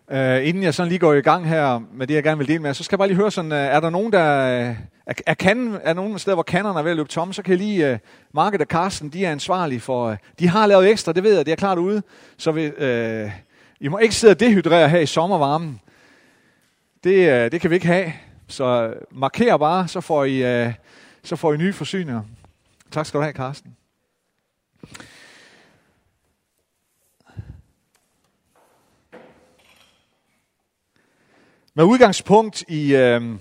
Inden jeg sådan lige går i gang her med det, jeg gerne vil dele med, så skal jeg bare lige høre sådan, er der nogen, der er nogen steder, hvor kanderne er ved at løbe tomme, så kan jeg lige, Market og Carsten, de er ansvarlige for, de har lavet ekstra, det ved jeg, det er klart ude, så I må ikke sidde og dehydrere her i sommervarmen. Det kan vi ikke have, så marker bare, så får I nye forsyninger. Tak skal du have, Carsten. Med udgangspunkt i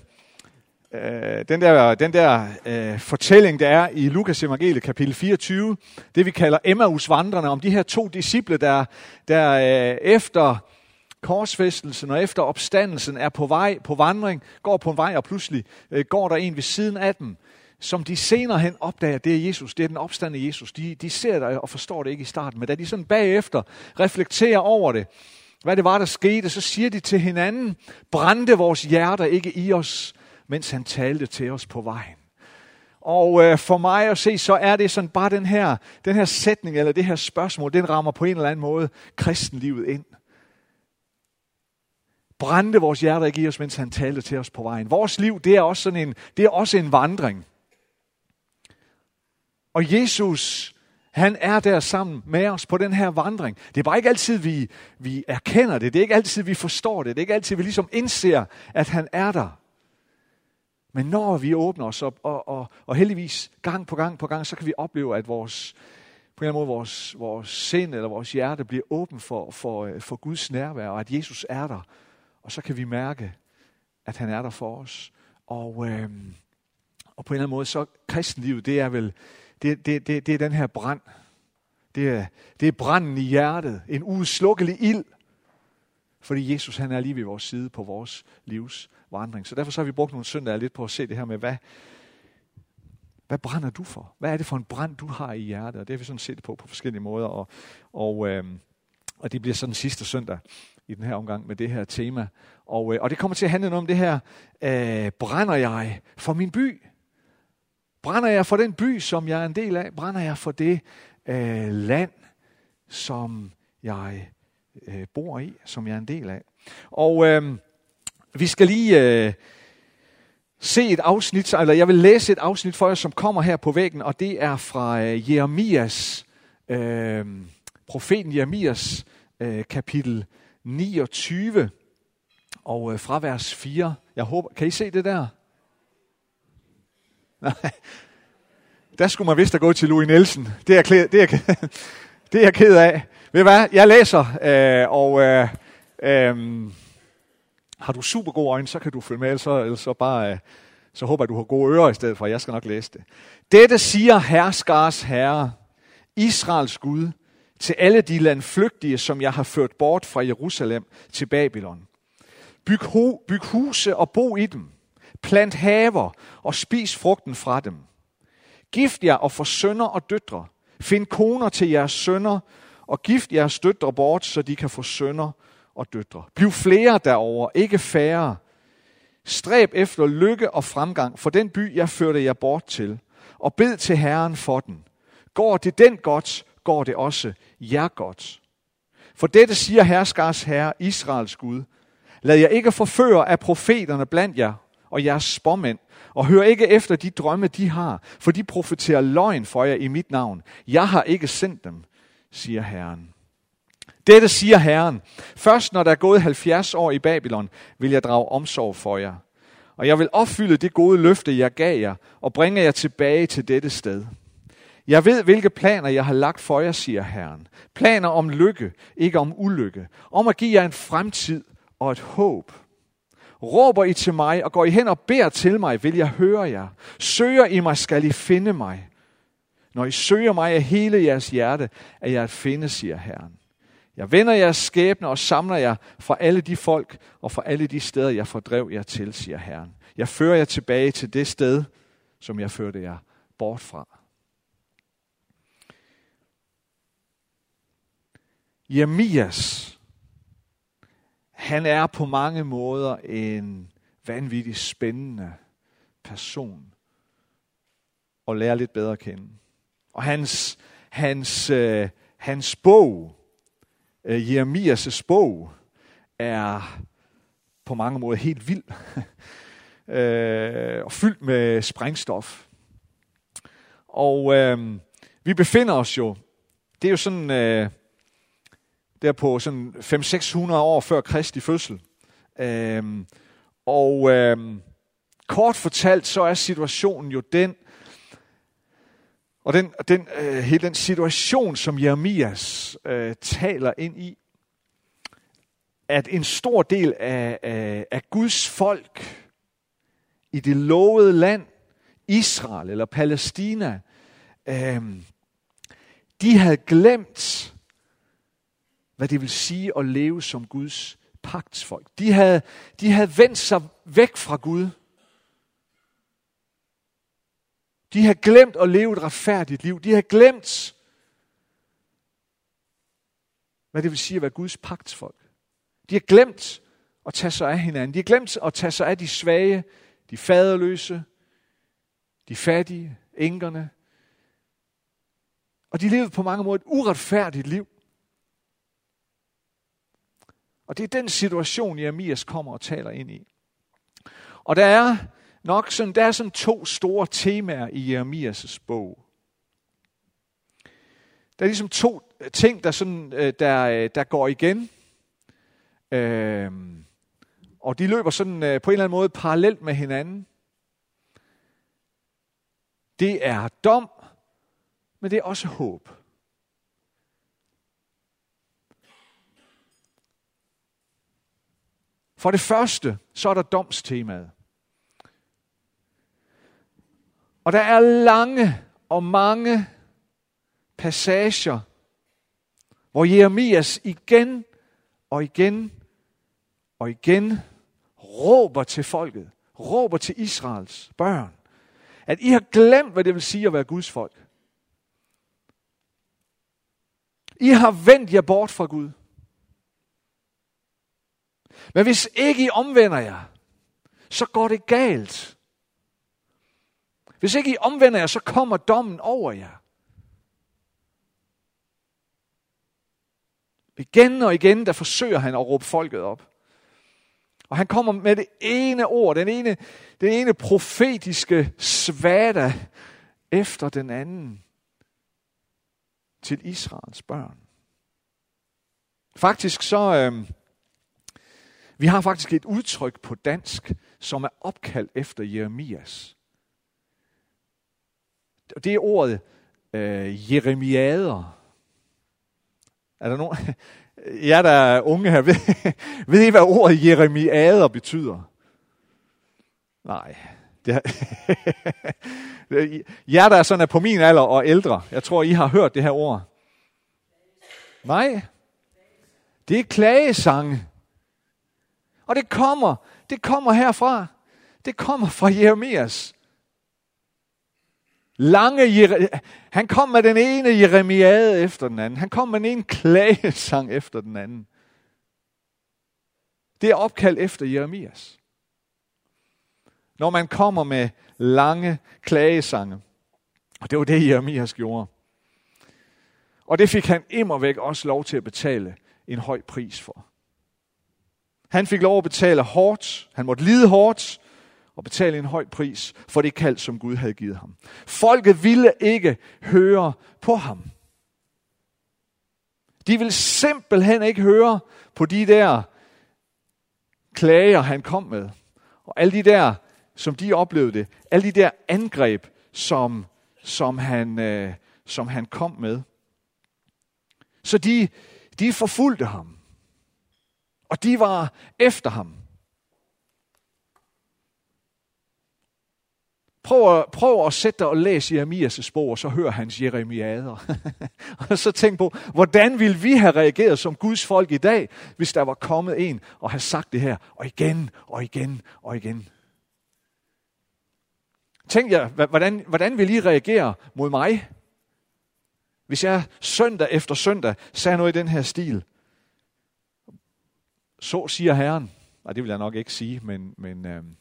den der fortælling, der er i Lukas evangeliet kapitel 24, det vi kalder Emmaus-vandrene, om de her 2 disciple, der efter korsfæstelsen og efter opstandelsen er på vej, på vandring, går på en vej, og pludselig går der en ved siden af dem, som de senere hen opdager, det er Jesus, det er den opstandne Jesus. De ser det og forstår det ikke i starten, men da de sådan bagefter reflekterer over det, hvad det var, der skete, så siger de til hinanden, brændte vores hjerter ikke i os, mens han talte til os på vejen. Og for mig at se, så er det sådan bare den her sætning, eller det her spørgsmål, den rammer på en eller anden måde kristenlivet ind. Brændte vores hjerter ikke i os, mens han talte til os på vejen. Vores liv, det er også en vandring. Og Jesus, han er der sammen med os på den her vandring. Det er bare ikke altid, vi erkender det. Det er ikke altid, vi forstår det. Det er ikke altid, vi ligesom indser, at han er der. Men når vi åbner os op, og heldigvis gang på gang, så kan vi opleve, at på en eller anden måde vores sind eller vores hjerte bliver åben for Guds nærvær, og at Jesus er der. Og så kan vi mærke, at han er der for os. Og på en eller anden måde, så kristenlivet, det er vel, det er den her brand. Det er branden i hjertet. En udslukkelig ild. Fordi Jesus, han er lige ved vores side på vores livs vandring. Så derfor så har vi brugt nogle søndage lidt på at se det her med, hvad brænder du for? Hvad er det for en brand, du har i hjertet? Og det har vi sådan set på forskellige måder. Og det bliver sådan sidste søndag i den her omgang med det her tema. Og det kommer til at handle om det her, brænder jeg for min by? Brænder jeg for den by, som jeg er en del af? Brænder jeg for det land, som jeg bor i, som jeg er en del af? Og vi skal lige se et afsnit, eller jeg vil læse et afsnit for jer, som kommer her på væggen, og det er fra Jeremias, profeten Jeremias kapitel 29, og fra vers 4. Jeg håber, kan I se det der? Nej, der skulle man vist have gået til Louis Nielsen. Det er jeg ked af. Ved du hvad? Jeg læser, har du super gode øjne, så kan du følge med, ellers så bare så håber jeg, du har gode ører i stedet for. Jeg skal nok læse det. Dette siger herskars herre, Israels Gud, til alle de landflygtige, som jeg har ført bort fra Jerusalem til Babylon. Byg huse og bo i dem. Plant haver og spis frugten fra dem. Gift jer og få sønner og døtre. Find koner til jeres sønner og gift jeres døtre bort, så de kan få sønner og døtre. Bliv flere derover, ikke færre. Stræb efter lykke og fremgang for den by, jeg førte jer bort til, og bed til Herren for den. Går det den godt, går det også jer godt. For dette siger herskars herre, Israels Gud. Lad jer ikke forføre af profeterne blandt jer og jeres spåmænd, og hør ikke efter de drømme, de har, for de profeterer løgn for jer i mit navn. Jeg har ikke sendt dem, siger Herren. Dette siger Herren. Først når der er gået 70 år i Babylon, vil jeg drage omsorg for jer. Og jeg vil opfylde det gode løfte, jeg gav jer, og bringe jer tilbage til dette sted. Jeg ved, hvilke planer jeg har lagt for jer, siger Herren. Planer om lykke, ikke om ulykke. Om at give jer en fremtid og et håb. Råber I til mig, og går I hen og beder til mig, vil jeg høre jer. Søger I mig, skal I finde mig. Når I søger mig af hele jeres hjerte, er jeg at finde, siger Herren. Jeg vender jeres skæbne og samler jer fra alle de folk og fra alle de steder, jeg fordrev jer til, siger Herren. Jeg fører jer tilbage til det sted, som jeg førte jer bort fra. Jeremias, han er på mange måder en vanvittig spændende person at lære lidt bedre at kende. Og hans bog, Jeremias' bog, er på mange måder helt vild og fyldt med sprængstof. Og vi befinder os jo, det er jo sådan, der på sådan 500-600 år før Kristi fødsel. Kort fortalt, så er situationen jo den, og hele den situation, som Jeremias taler ind i, at en stor del af Guds folk i det lovede land, Israel eller Palæstina, de havde glemt, hvad det vil sige at leve som Guds pagtsfolk. De havde vendt sig væk fra Gud. De havde glemt at leve et retfærdigt liv. De havde glemt, hvad det vil sige at være Guds pagtsfolk. De har glemt at tage sig af hinanden. De har glemt at tage sig af de svage, de faderløse, de fattige, enkerne. Og de levede på mange måder et uretfærdigt liv. Og det er den situation, Jeremias kommer og taler ind i. Og der er sådan to store temaer i Jeremias' bog. Der er ligesom to ting, der går igen. Og de løber sådan på en eller anden måde parallelt med hinanden. Det er dom, men det er også håb. For det første, så er der domstemaet. Og der er lange og mange passager, hvor Jeremias igen og igen og igen råber til folket, råber til Israels børn, at I har glemt, hvad det vil sige at være Guds folk. I har vendt jer bort fra Gud. Men hvis ikke I omvender jer, så går det galt. Hvis ikke I omvender jer, så kommer dommen over jer. Igen og igen, der forsøger han at råbe folket op. Og han kommer med det ene ord, den ene profetiske svada efter den anden til Israels børn. Faktisk så, vi har faktisk et udtryk på dansk, som er opkaldt efter Jeremias. Det er ordet jeremiader. Er der nogen, jer der er unge her, ved I hvad ordet jeremiader betyder? Nej. Jer der er sådan på min alder og ældre, jeg tror I har hørt det her ord. Nej. Det er klagesange. Og det kommer herfra. Det kommer fra Jeremias. Han kom med den ene jeremiade efter den anden. Han kom med den ene klagesang efter den anden. Det er opkaldt efter Jeremias. Når man kommer med lange klagesange. Og det var det, Jeremias gjorde. Og det fik han immervæk også lov til at betale en høj pris for. Han fik lov at betale hårdt. Han måtte lide hårdt og betale en høj pris for det kald, som Gud havde givet ham. Folket ville ikke høre på ham. De ville simpelthen ikke høre på de der klager, han kom med. Og alle de der, som de oplevede det. Alle de der angreb, som han kom med. Så de forfulgte ham. Og de var efter ham. Prøv at sætte dig og læse Jeremias' bog, og så hør hans jeremiader. Og så tænk på, hvordan ville vi have reageret som Guds folk i dag, hvis der var kommet en og havde sagt det her, og igen, og igen, og igen. Tænk jer, hvordan vil I reagere mod mig, hvis jeg søndag efter søndag sagde noget i den her stil? Så siger Herren. Nej, det vil jeg nok ikke sige, men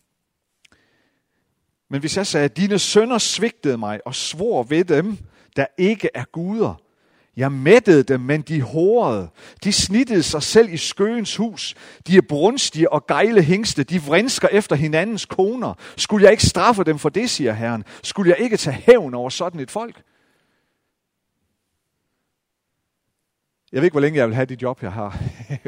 hvis jeg sagde, at dine sønner svigtede mig og svor ved dem, der ikke er guder. Jeg mættede dem, men de horede. De snittede sig selv i skøens hus. De er brunstige og gejle hingste. De vrinsker efter hinandens koner. Skulle jeg ikke straffe dem for det, siger Herren? Skulle jeg ikke tage hævn over sådan et folk? Jeg ved ikke, hvor længe jeg vil have det job, jeg har.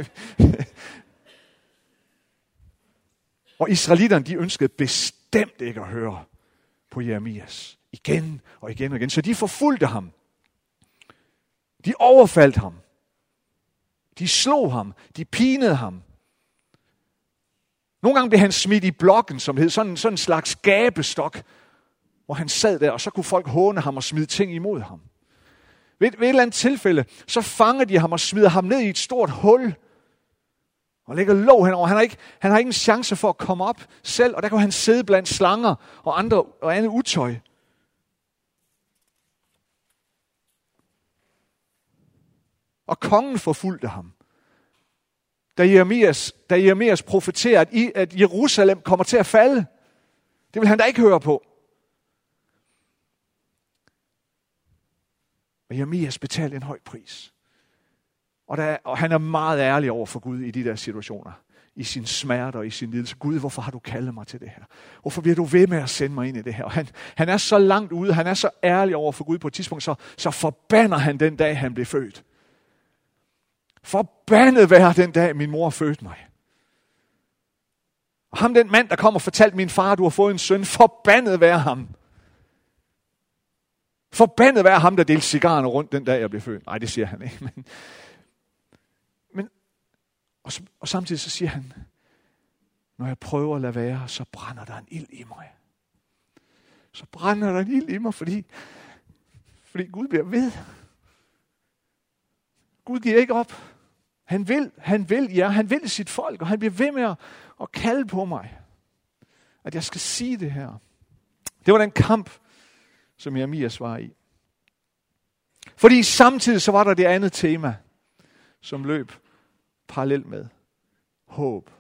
Og israelitterne, de ønskede bestemt ikke at høre på Jeremias. Igen og igen og igen. Så de forfulgte ham. De overfaldt ham. De slog ham. De pinede ham. Nogle gange blev han smidt i blokken, som hed sådan en slags gabestok, hvor han sad der, og så kunne folk håne ham og smide ting imod ham. Ved et eller andet tilfælde, så fanger de ham og smider ham ned i et stort hul, og lægger låg henover. Han har ikke en chance for at komme op selv, og der kan han sidde blandt slanger og andet utøj. Og kongen forfulgte ham. Da Jeremias profeterer, at Jerusalem kommer til at falde, det vil han da ikke høre på. Og Jeremias betalte en høj pris. Og han er meget ærlig over for Gud i de der situationer. I sin smerte og i sin lidelse. Gud, hvorfor har du kaldet mig til det her? Hvorfor bliver du ved med at sende mig ind i det her? Og han er så langt ude, han er så ærlig over for Gud på et tidspunkt, så forbander han den dag, han blev født. Forbandet være den dag, min mor fødte mig. Og ham, den mand, der kom og fortalte min far, du har fået en søn, forbandet være ham. Forbandet være ham, der delte cigarerne rundt den dag, jeg blev født. Nej, det siger han ikke. Og samtidig så siger han, når jeg prøver at lade være, så brænder der en ild i mig. Så brænder der en ild i mig, fordi Gud bliver ved. Gud giver ikke op. Han vil sit folk, og han bliver ved med at kalde på mig, at jeg skal sige det her. Det var den kamp, som Jeremias var i. Fordi samtidig så var der det andet tema, som løb parallelt med håb.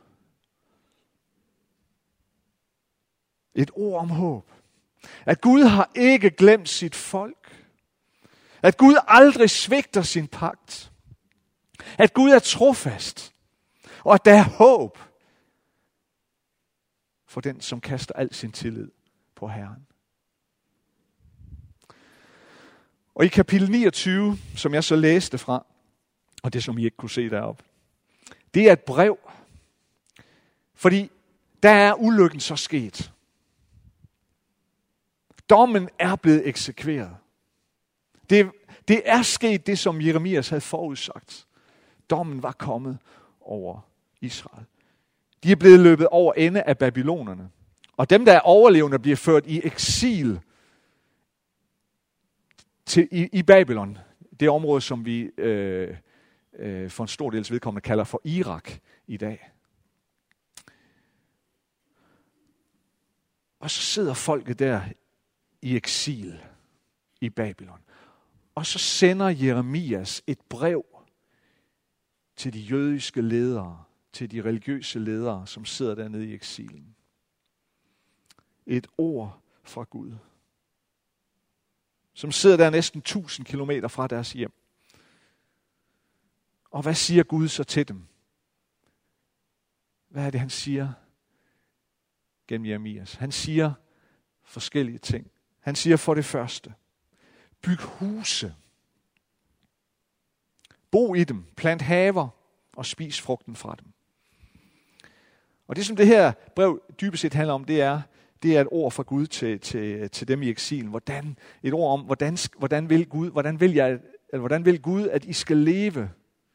Et ord om håb. At Gud har ikke glemt sit folk. At Gud aldrig svigter sin pagt. At Gud er trofast. Og at der er håb for den, som kaster al sin tillid på Herren. Og i kapitel 29, som jeg så læste fra, og det som I ikke kunne se deroppe, det er et brev. Fordi der er ulykken så sket. Dommen er blevet eksekveret. Det er sket det, som Jeremias havde forudsagt. Dommen var kommet over Israel. De er blevet løbet over ende af babylonerne. Og dem, der er overlevende, bliver ført i eksil i Babylon. Det område, som vi for en stor dels vedkommende kalder for Irak i dag. Og så sidder folket der i eksil i Babylon. Og så sender Jeremias et brev til de jødiske ledere, til de religiøse ledere, som sidder dernede i eksilen. Et ord fra Gud, som sidder der næsten 1000 kilometer fra deres hjem. Og hvad siger Gud så til dem? Hvad er det, han siger gennem Jeremias? Han siger forskellige ting. Han siger for det første, byg huse. Bo i dem, plant haver og spis frugten fra dem. Og det, som det her brev dybest set handler om, det er et ord fra Gud til dem i eksilen. Et ord om, hvordan vil Gud, at I skal leve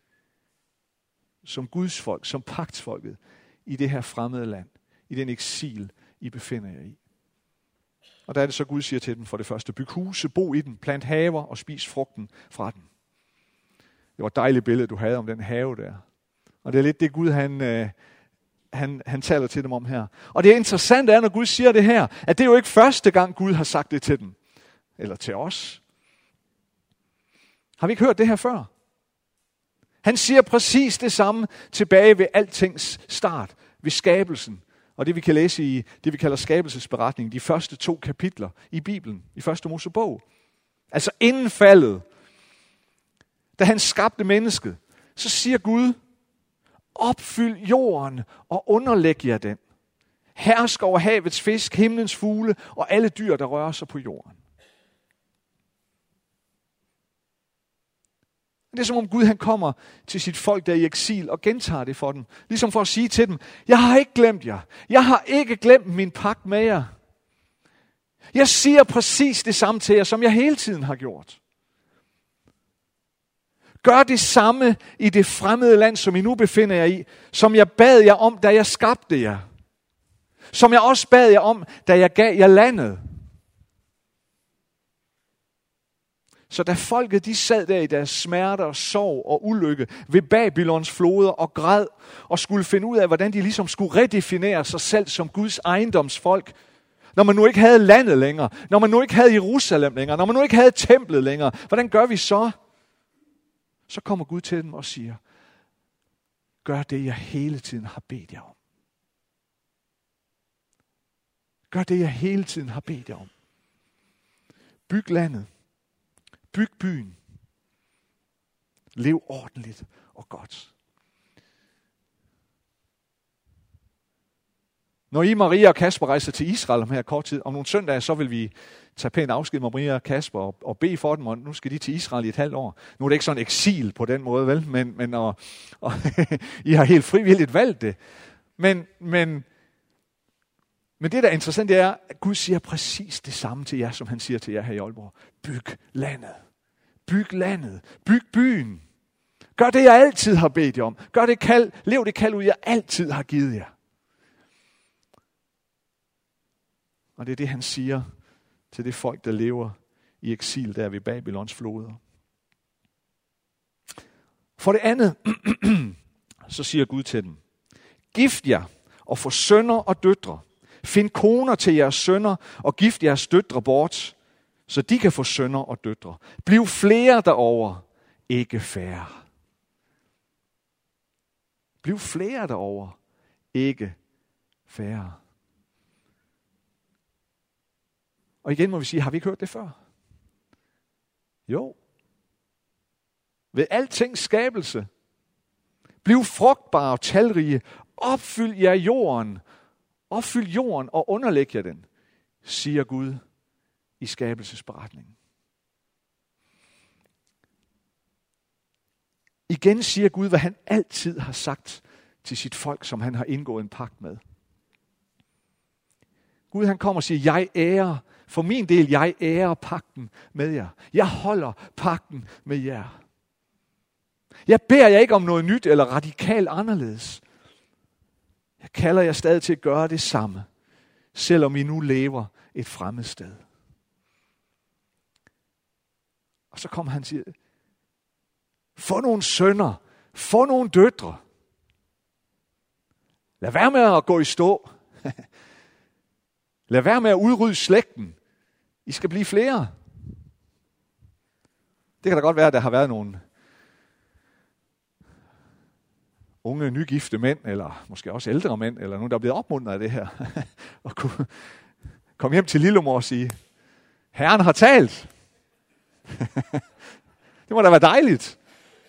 som Guds folk, som pagtsfolket i det her fremmede land, i den eksil, I befinder jer i. Og der er det så, Gud siger til dem for det første, byg huse, bo i dem, plant haver og spis frugten fra dem. Det var et dejligt billede, du havde om den have der. Og det er lidt det Gud, han taler til dem om her. Og det interessante er, når Gud siger det her, at det er jo ikke første gang, Gud har sagt det til dem. Eller til os. Har vi ikke hørt det her før? Han siger præcis det samme tilbage ved altings start, ved skabelsen. Og det vi kan læse i det vi kalder skabelsesberetningen, de første 2 kapitler i Bibelen, i første Mosebog. Altså inden faldet, da han skabte mennesket, så siger Gud, opfyld jorden og underlæg jer den. Hersk over havets fisk, himlens fugle og alle dyr, der rører sig på jorden. Det er som om Gud han kommer til sit folk der i eksil og gentager det for dem. Ligesom for at sige til dem, jeg har ikke glemt jer. Jeg har ikke glemt min pagt med jer. Jeg siger præcis det samme til jer, som jeg hele tiden har gjort. Gør det samme i det fremmede land, som I nu befinder jer i, som jeg bad jer om, da jeg skabte jer. Som jeg også bad jer om, da jeg gav jer landet. Så da folket de sad der i deres smerte og sorg og ulykke ved Babylons floder og græd og skulle finde ud af, hvordan de ligesom skulle redefinere sig selv som Guds ejendomsfolk, når man nu ikke havde landet længere, når man nu ikke havde Jerusalem længere, når man nu ikke havde templet længere, hvordan gør vi så? Så kommer Gud til dem og siger, gør det, jeg hele tiden har bedt jer om. Gør det, jeg hele tiden har bedt jer om. Byg landet. Byg byen. Lev ordentligt og godt. Når I, Maria og Kasper, rejser til Israel om her kort tid, om nogle søndage, så vil vi tage pænt afsked med Maria og Kasper og bede for dem, og nu skal de til Israel i et halvt år. Nu er det ikke sådan eksil på den måde, vel? Men I har helt frivilligt valgt det. Men det, der er interessant, det er, at Gud siger præcis det samme til jer, som han siger til jer her i Aalborg. Byg landet. Byg landet. Byg byen. Gør det, jeg altid har bedt jer om. Gør det kald. Lev det kald ud, jeg altid har givet jer. Og det er det, han siger til det folk, der lever i eksil der ved Babylons floder. For det andet, så siger Gud til dem, gift jer og få sønner og døtre. Find koner til jeres sønner og gift jeres døtre bort, så de kan få sønner og døtre. Bliv flere derover, ikke færre. Bliv flere derover, ikke færre. Og igen må vi sige, har vi ikke hørt det før? Jo. Ved altings skabelse. Bliv frugtbare og talrige. Opfyld jer jorden. Opfyld jorden og underlæg jer den, siger Gud i skabelsesberetningen. Igen siger Gud, hvad han altid har sagt til sit folk, som han har indgået en pagt med. Gud han kommer og siger, jeg ærer, for min del, jeg ærer pagten med jer. Jeg holder pagten med jer. Jeg beder jer ikke om noget nyt eller radikalt anderledes. Jeg kalder jer stadig til at gøre det samme, selvom I nu lever et fremmed sted. Og så kommer han og siger, få nogle sønner, få nogle døtre. Lad være med at gå i stå. Lad være med at udrydde slægten. I skal blive flere. Det kan da godt være, at der har været nogle unge, nygifte mænd, eller måske også ældre mænd, eller nogen, der er blevet opmuntret af det her, og kunne komme hjem til lillemor og sige, Herren har talt. Det må da være dejligt.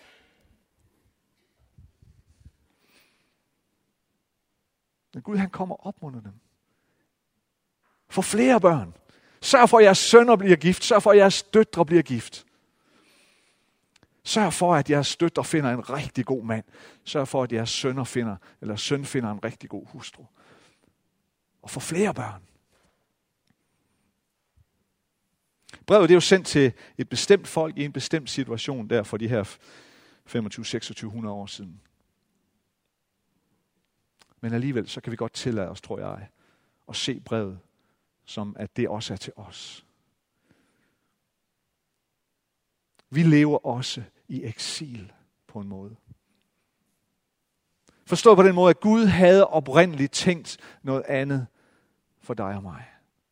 Men Gud, han kommer og opmuntrer dem. Få flere børn. Sørg for, at jeres sønner bliver gift. Sørg for, at jeres døtre bliver gift. Sørg for, at jeres døtre finder en rigtig god mand. Sørg for, at jeres søn finder en rigtig god hustru. Og få flere børn. Brevet det er jo sendt til et bestemt folk i en bestemt situation der for de her 25-2600 år siden. Men alligevel så kan vi godt tillade os, tror jeg, at se brevet som at det også er til os. Vi lever også i eksil på en måde. Forstå på den måde, at Gud havde oprindeligt tænkt noget andet for dig og mig.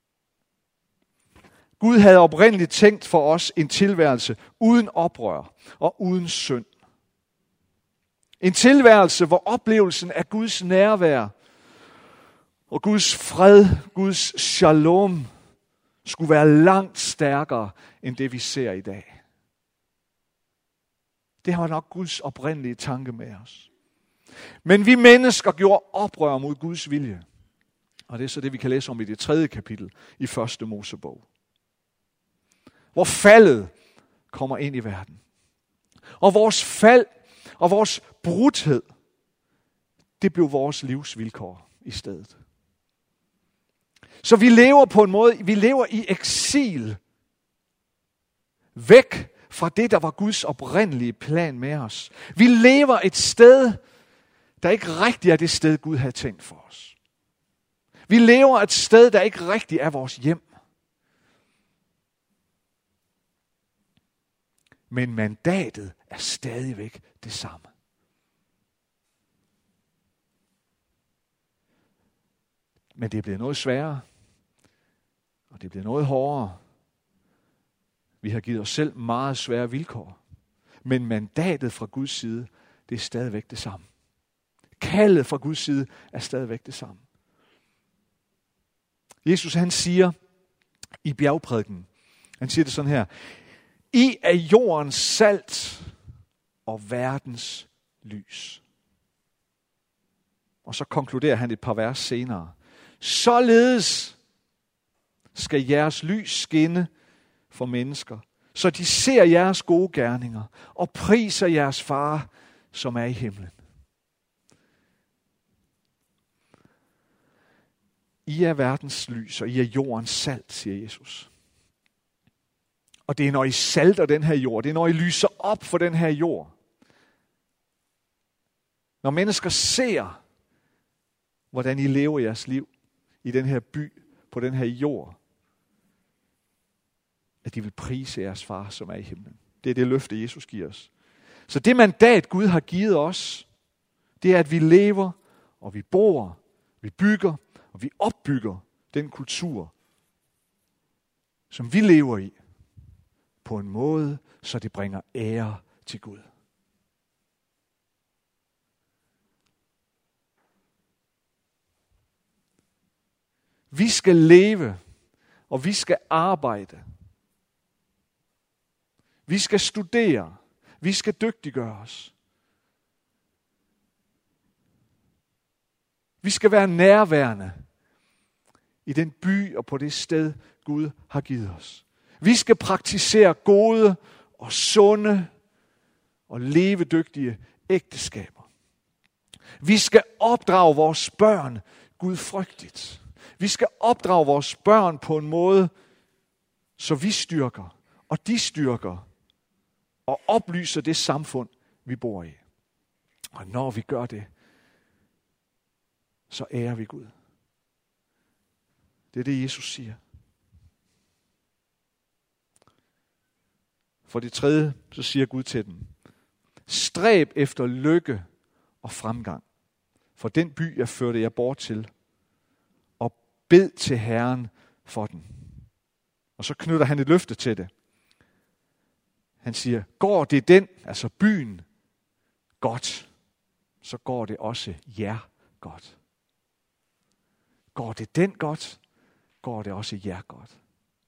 Gud havde oprindeligt tænkt for os en tilværelse uden oprør og uden synd. En tilværelse, hvor oplevelsen af Guds nærvær og Guds fred, Guds shalom, skulle være langt stærkere end det, vi ser i dag. Det var nok Guds oprindelige tanke med os. Men vi mennesker gjorde oprør mod Guds vilje. Og det er så det, vi kan læse om i det 3. kapitel i 1. Mosebog. Hvor faldet kommer ind i verden. Og vores fald og vores brudhed, det blev vores livsvilkår i stedet. Så vi lever på en måde, vi lever i eksil. Væk fra det, der var Guds oprindelige plan med os. Vi lever et sted, der ikke rigtig er det sted, Gud havde tænkt for os. Vi lever et sted, der ikke rigtig er vores hjem. Men mandatet er stadigvæk det samme. Men det er blevet noget sværere, og det er blevet noget hårdere. Vi har givet os selv meget svære vilkår. Men mandatet fra Guds side, det er stadigvæk det samme. Kaldet fra Guds side er stadigvæk det samme. Jesus han siger i bjergprædiken, han siger det sådan her: I er jordens salt og verdens lys. Og så konkluderer han et par vers senere. Således skal jeres lys skinne for mennesker, så de ser jeres gode gerninger og priser jeres far, som er i himlen. I er verdens lys, og I er jordens salt, siger Jesus. Og det er, når I salter den her jord, det er, når I lyser op for den her jord. Når mennesker ser, hvordan I lever jeres liv i den her by, på den her jord, at de vil prise jeres far, som er i himlen. Det er det løfte, Jesus giver os. Så det mandat, Gud har givet os, det er, at vi lever, og vi bor, vi bygger, og vi opbygger den kultur, som vi lever i, på en måde, så det bringer ære til Gud. Vi skal leve, og vi skal arbejde. Vi skal studere. Vi skal dygtiggøre os. Vi skal være nærværende i den by og på det sted, Gud har givet os. Vi skal praktisere gode og sunde og levedygtige ægteskaber. Vi skal opdrage vores børn gudfrygtigt. Vi skal opdrage vores børn på en måde, så vi styrker, og de styrker, og oplyser det samfund, vi bor i. Og når vi gør det, så ærer vi Gud. Det er det, Jesus siger. For det tredje, så siger Gud til dem: stræb efter lykke og fremgang, for den by, jeg førte jer bort til, og bed til Herren for den. Og så knytter han et løfte til det. Han siger, går det den, altså byen, godt, så går det også jer godt. Går det den godt, går det også jer godt.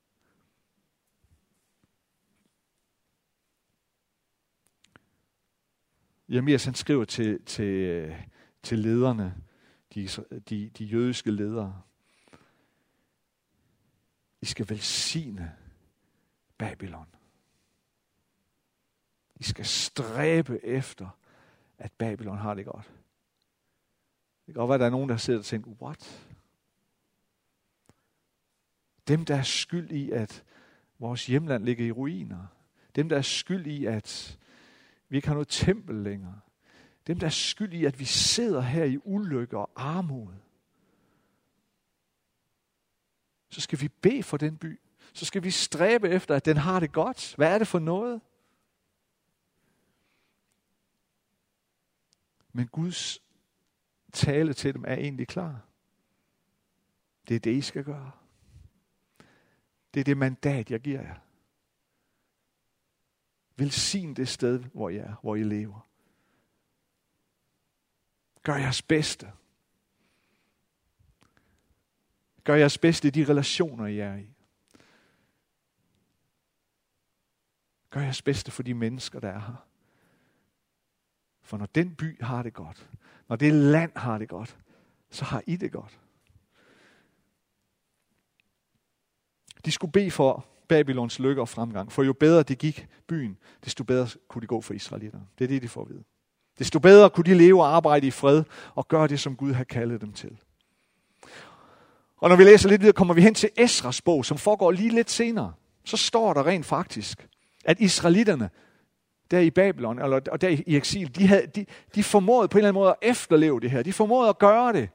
Jeremias han skriver til lederne, de jødiske ledere: I skal velsigne Babylon. I skal stræbe efter, at Babylon har det godt. Det kan godt være, at der er nogen, der sidder og tænker, what? Dem, der er skyld i, at vores hjemland ligger i ruiner. Dem, der er skyld i, at vi ikke har noget tempel længere. Dem, der er skyld i, at vi sidder her i ulykke og armod. Så skal vi bede for den by. Så skal vi stræbe efter, at den har det godt. Hvad er det for noget? Men Guds tale til dem er egentlig klar. Det er det, I skal gøre. Det er det mandat, jeg giver jer. Velsign det sted, hvor I er, hvor I lever. Gør jeres bedste. Gør jeres bedste i de relationer, I er i. Gør jeres bedste for de mennesker, der er her. For når den by har det godt, når det land har det godt, så har I det godt. De skulle bede for Babylons lykke og fremgang, for jo bedre det gik byen, desto bedre kunne det gå for israelitterne. Det er det, de får at vide. Desto bedre kunne de leve og arbejde i fred og gøre det, som Gud har kaldet dem til. Og når vi læser lidt videre, kommer vi hen til Esras bog, som foregår lige lidt senere. Så står der rent faktisk, at israelitterne der i Babylon, eller der i eksil, de formåede på en eller anden måde at efterleve det her. De formåede at gøre det.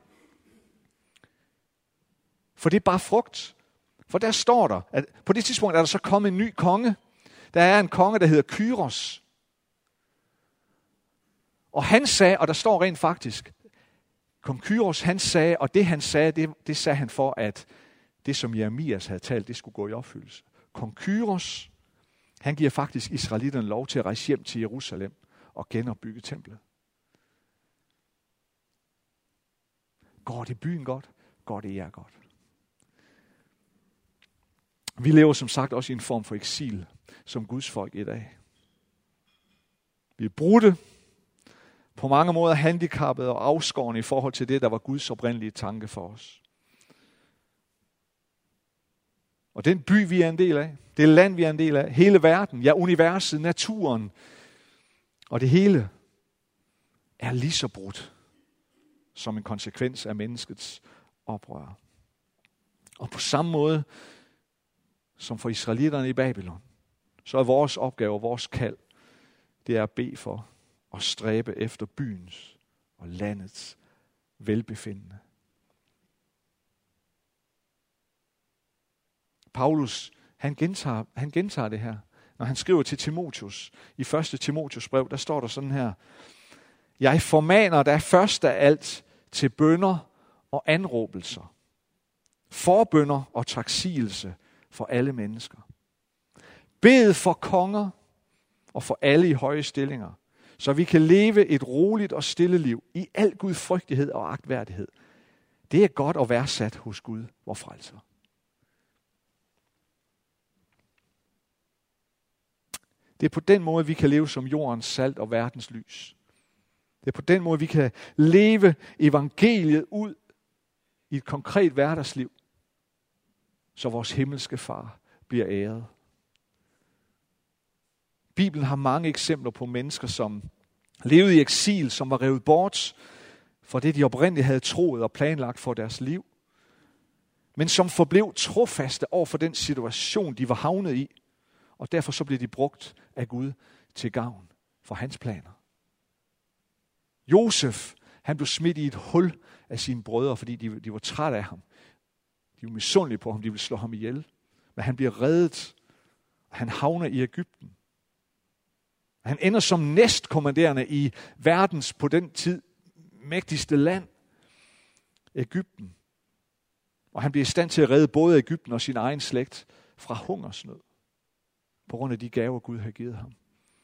For det er bare frugt. For der står der, at på det tidspunkt er der så kommet en ny konge. Der er en konge, der hedder Kyros. Og han sagde, og der står rent faktisk, kong Kyros, han sagde, og det han sagde, det sagde han for, at det som Jeremias havde talt, det skulle gå i opfyldelse. Kong Kyros, han giver faktisk israelitterne lov til at rejse hjem til Jerusalem og genopbygge templet. Går det byen godt? Går det jer godt? Vi lever som sagt også i en form for eksil som Guds folk i dag. Vi er brudte, på mange måder handicappede og afskårne i forhold til det, der var Guds oprindelige tanke for os. Og den by, vi er en del af, det land, vi er en del af, hele verden, ja, universet, naturen, og det hele er lige så brudt som en konsekvens af menneskets oprør. Og på samme måde som for israelitterne i Babylon, så er vores opgave og vores kald, det er at bede for og stræbe efter byens og landets velbefindende. Paulus, han gentager det her, når han skriver til Timotheus. I 1. Timotheus brev, der står der sådan her: Jeg formaner dig først af alt til bønner og anråbelser, forbønner og taksigelse for alle mennesker. Bed for konger og for alle i høje stillinger, så vi kan leve et roligt og stille liv i al gudfrygtighed og agtværdighed. Det er godt at være sat hos Gud, vor frelser. Det er på den måde, vi kan leve som jordens salt og verdens lys. Det er på den måde, vi kan leve evangeliet ud i et konkret hverdagsliv, så vores himmelske far bliver æret. Bibelen har mange eksempler på mennesker, som levede i eksil, som var revet bort fra det, de oprindeligt havde troet og planlagt for deres liv, men som forblev trofaste over for den situation, de var havnet i, og derfor så blev de brugt af Gud til gavn for hans planer. Josef, han blev smidt i et hul af sine brødre, fordi de var trætte af ham. De var misundelige på ham, de ville slå ham ihjel. Men han bliver reddet, og han havner i Egypten. Han ender som næstkommanderende i verdens på den tid mægtigste land, Egypten. Og han bliver i stand til at redde både Egypten og sin egen slægt fra hungersnød, på grund af de gaver, Gud har givet ham.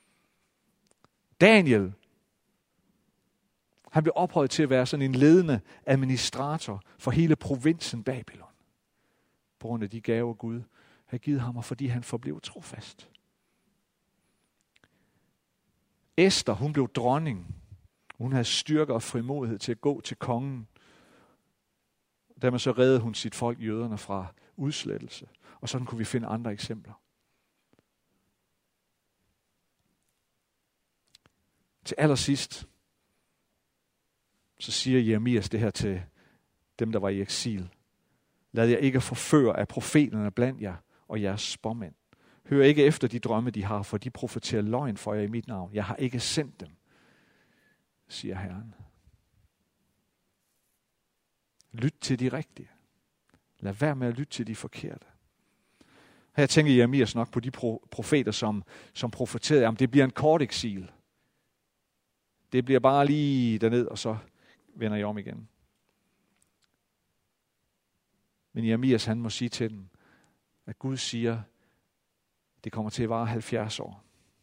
Daniel, han blev ophøjet til at være sådan en ledende administrator for hele provinsen Babylon, på grund af de gaver, Gud har givet ham, og fordi han forblev trofast. Esther, hun blev dronning. Hun havde styrke og frimodighed til at gå til kongen. Dermed så reddede hun sit folk, jøderne, fra udslettelse. Og sådan kunne vi finde andre eksempler. Til allersidst, så siger Jeremias det her til dem, der var i eksil. Lad jer ikke forføre af profeterne blandt jer og jeres spåmænd. Hør ikke efter de drømme, de har, for de profeterer løgn for jer i mit navn. Jeg har ikke sendt dem, siger Herren. Lyt til de rigtige. Lad være med at lytte til de forkerte. Her tænker Jeremias nok på de profeter, som profeterede, at det bliver en kort eksil. Det bliver bare lige derned, og så vender jeg om igen. Men Jeremias, han må sige til dem, at Gud siger, det kommer til at vare 70 år.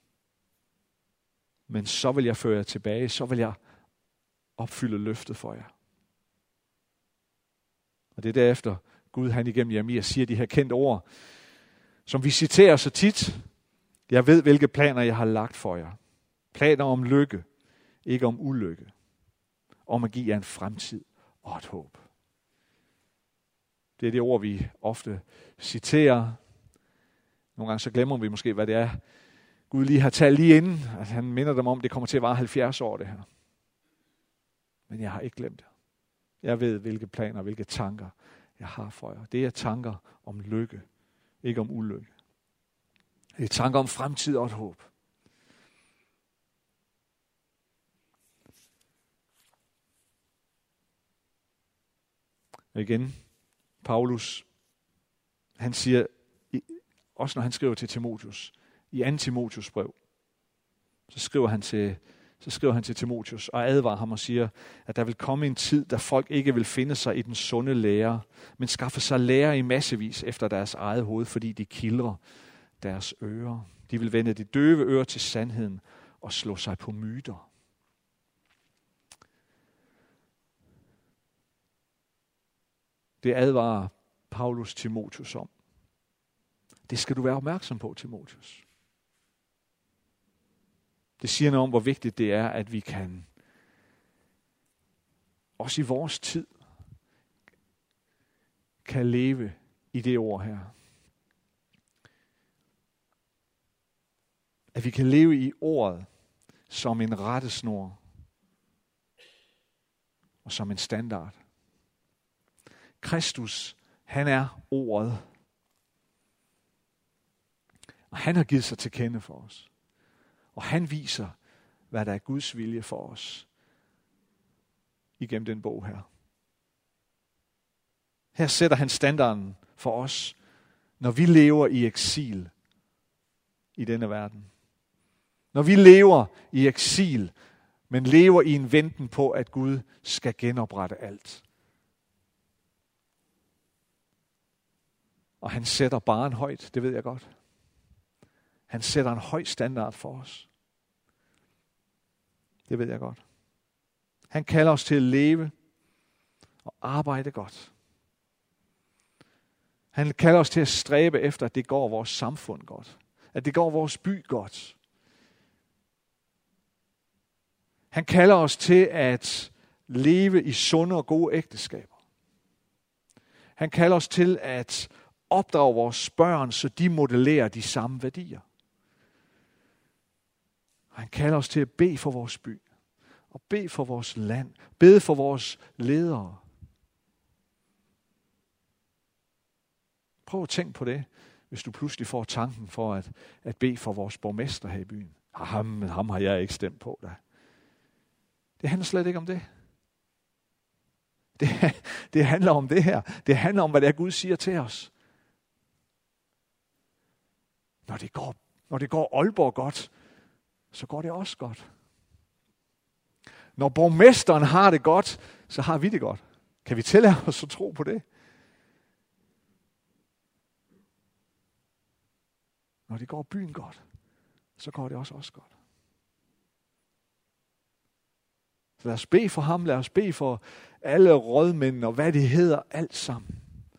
Men så vil jeg føre jer tilbage, så vil jeg opfylde løftet for jer. Og det er derefter, Gud han igennem Jeremias siger de her kendte ord, som vi citerer så tit. Jeg ved, hvilke planer jeg har lagt for jer. Planer om lykke, ikke om ulykke. Om at give jer en fremtid og et håb. Det er det ord, vi ofte citerer. Nogle gange så glemmer vi måske, hvad det er, Gud lige har talt lige inden. At han minder dem om, det kommer til at vare 70 år, det her. Men jeg har ikke glemt det. Jeg ved, hvilke planer, hvilke tanker jeg har for jer. Det er tanker om lykke, ikke om ulykke. Det er tanker om fremtid og et håb. Og igen, Paulus, han siger, også når han skriver til Timotheus, i 2. Timotheus brev, så skriver han til Timotheus og advarer ham og siger, at der vil komme en tid, da folk ikke vil finde sig i den sunde lære, men skaffe sig lære i massevis efter deres eget hoved, fordi de kildrer deres ører. De vil vende de døve ører til sandheden og slå sig på myter. Det advarer Paulus Timotheus om. Det skal du være opmærksom på, Timotheus. Det siger noget om, hvor vigtigt det er, at vi kan, også i vores tid, kan leve i det ord her. At vi kan leve i ordet som en rettesnor og som en standard. Kristus, han er ordet. Og han har givet sig til kende for os. Og han viser, hvad der er Guds vilje for os igennem den bog her. Her sætter han standarden for os, når vi lever i eksil i denne verden. Når vi lever i eksil, men lever i en venten på, at Gud skal genoprette alt. Og han sætter barren højt, det ved jeg godt. Han sætter en høj standard for os. Det ved jeg godt. Han kalder os til at leve og arbejde godt. Han kalder os til at stræbe efter, at det går vores samfund godt. At det går vores by godt. Han kalder os til at leve i sunde og gode ægteskaber. Han kalder os til at opdrage vores børn, så de modellerer de samme værdier. Og han kalder os til at bede for vores by, og bede for vores land, bede for vores ledere. Prøv at tænke på det, hvis du pludselig får tanken for at bede for vores borgmester her i byen. Ham har jeg ikke stemt på da. Det handler slet ikke om det. Det handler om det her. Det handler om, hvad det er, Gud siger til os. Når det går Aalborg godt, så går det også godt. Når borgmesteren har det godt, så har vi det godt. Kan vi tillade os at tro på det? Når det går byen godt, så går det også os godt. Så lad os bede for ham, lad os bede for alle rådmændene og hvad det hedder, alt sammen.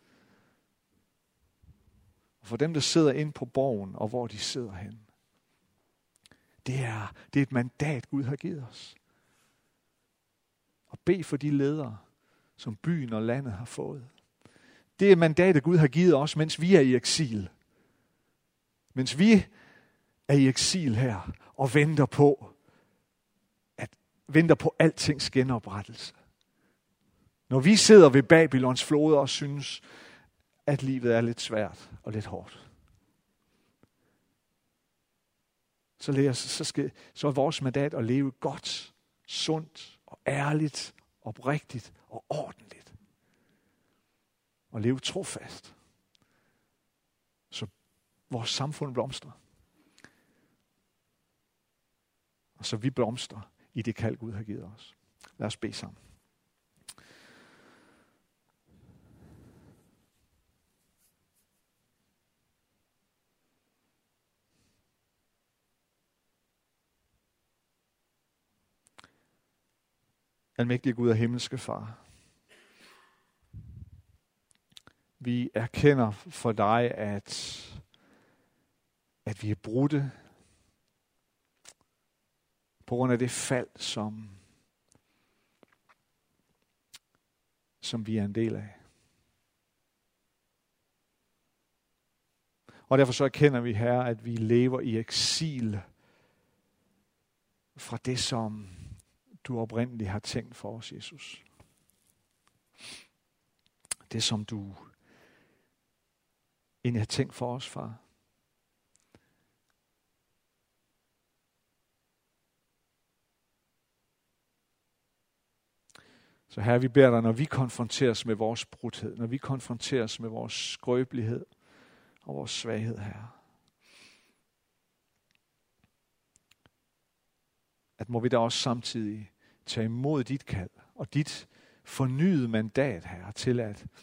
Og for dem, der sidder inde på borgen og hvor de sidder henne. Det er et mandat, Gud har givet os. Og bed for de ledere, som byen og landet har fået. Det er mandatet, Gud har givet os, mens vi er i eksil. Mens vi er i eksil her og venter på altings genoprettelse. Når vi sidder ved Babylons floder og synes, at livet er lidt svært og lidt hårdt. Så er vores mandat at leve godt, sundt og ærligt, oprigtigt og ordentligt. Og leve trofast. Så vores samfund blomstrer. Og så vi blomstrer i det kald, Gud har givet os. Lad os bede sammen. Almægtige Gud og himmelske Far. Vi erkender for dig, at vi er brudte. På grund af det fald, som vi er en del af. Og derfor så erkender vi, Herre, at vi lever i eksil fra det, som du oprindeligt har tænkt for os, Jesus. Det, som du egentlig har tænkt for os, far. Så Herre, vi beder dig, når vi konfronteres med vores brudhed, når vi konfronteres med vores skrøbelighed og vores svaghed, Herre, at må vi da også samtidig tage imod dit kald og dit fornyede mandat, Herre, til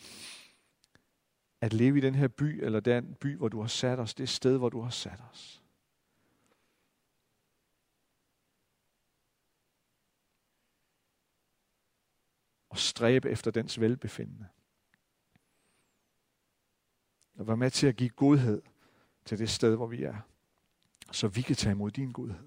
at leve i den her by, eller den by, hvor du har sat os, det sted, hvor du har sat os. Og stræbe efter dens velbefindende. Og være med til at give godhed til det sted, hvor vi er, så vi kan tage imod din godhed.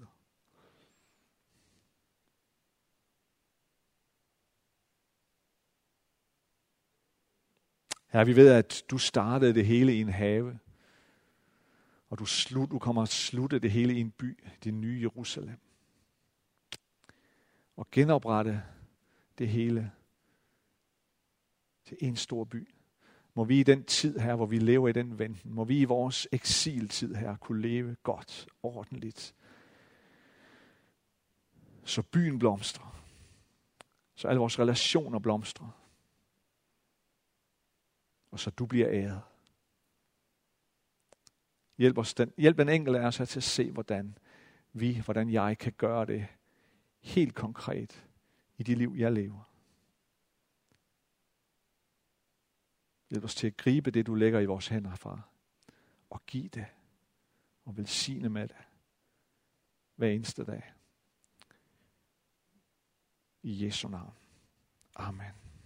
Herre, vi ved, at du startede det hele i en have, og du kommer at slutte det hele i en by, det nye Jerusalem. Og genoprette det hele til en stor by. Må vi i den tid her, hvor vi lever i den venten, må vi i vores eksiltid her kunne leve godt, ordentligt. Så byen blomstrer. Så alle vores relationer blomstrer. Og så du bliver æret. Hjælp den enkelte af os her til at se, hvordan jeg kan gøre det helt konkret i det liv, jeg lever. Hjælp os til at gribe det, du lægger i vores hænder, far. Og give det. Og velsigne med det. Hver eneste dag. I Jesu navn. Amen.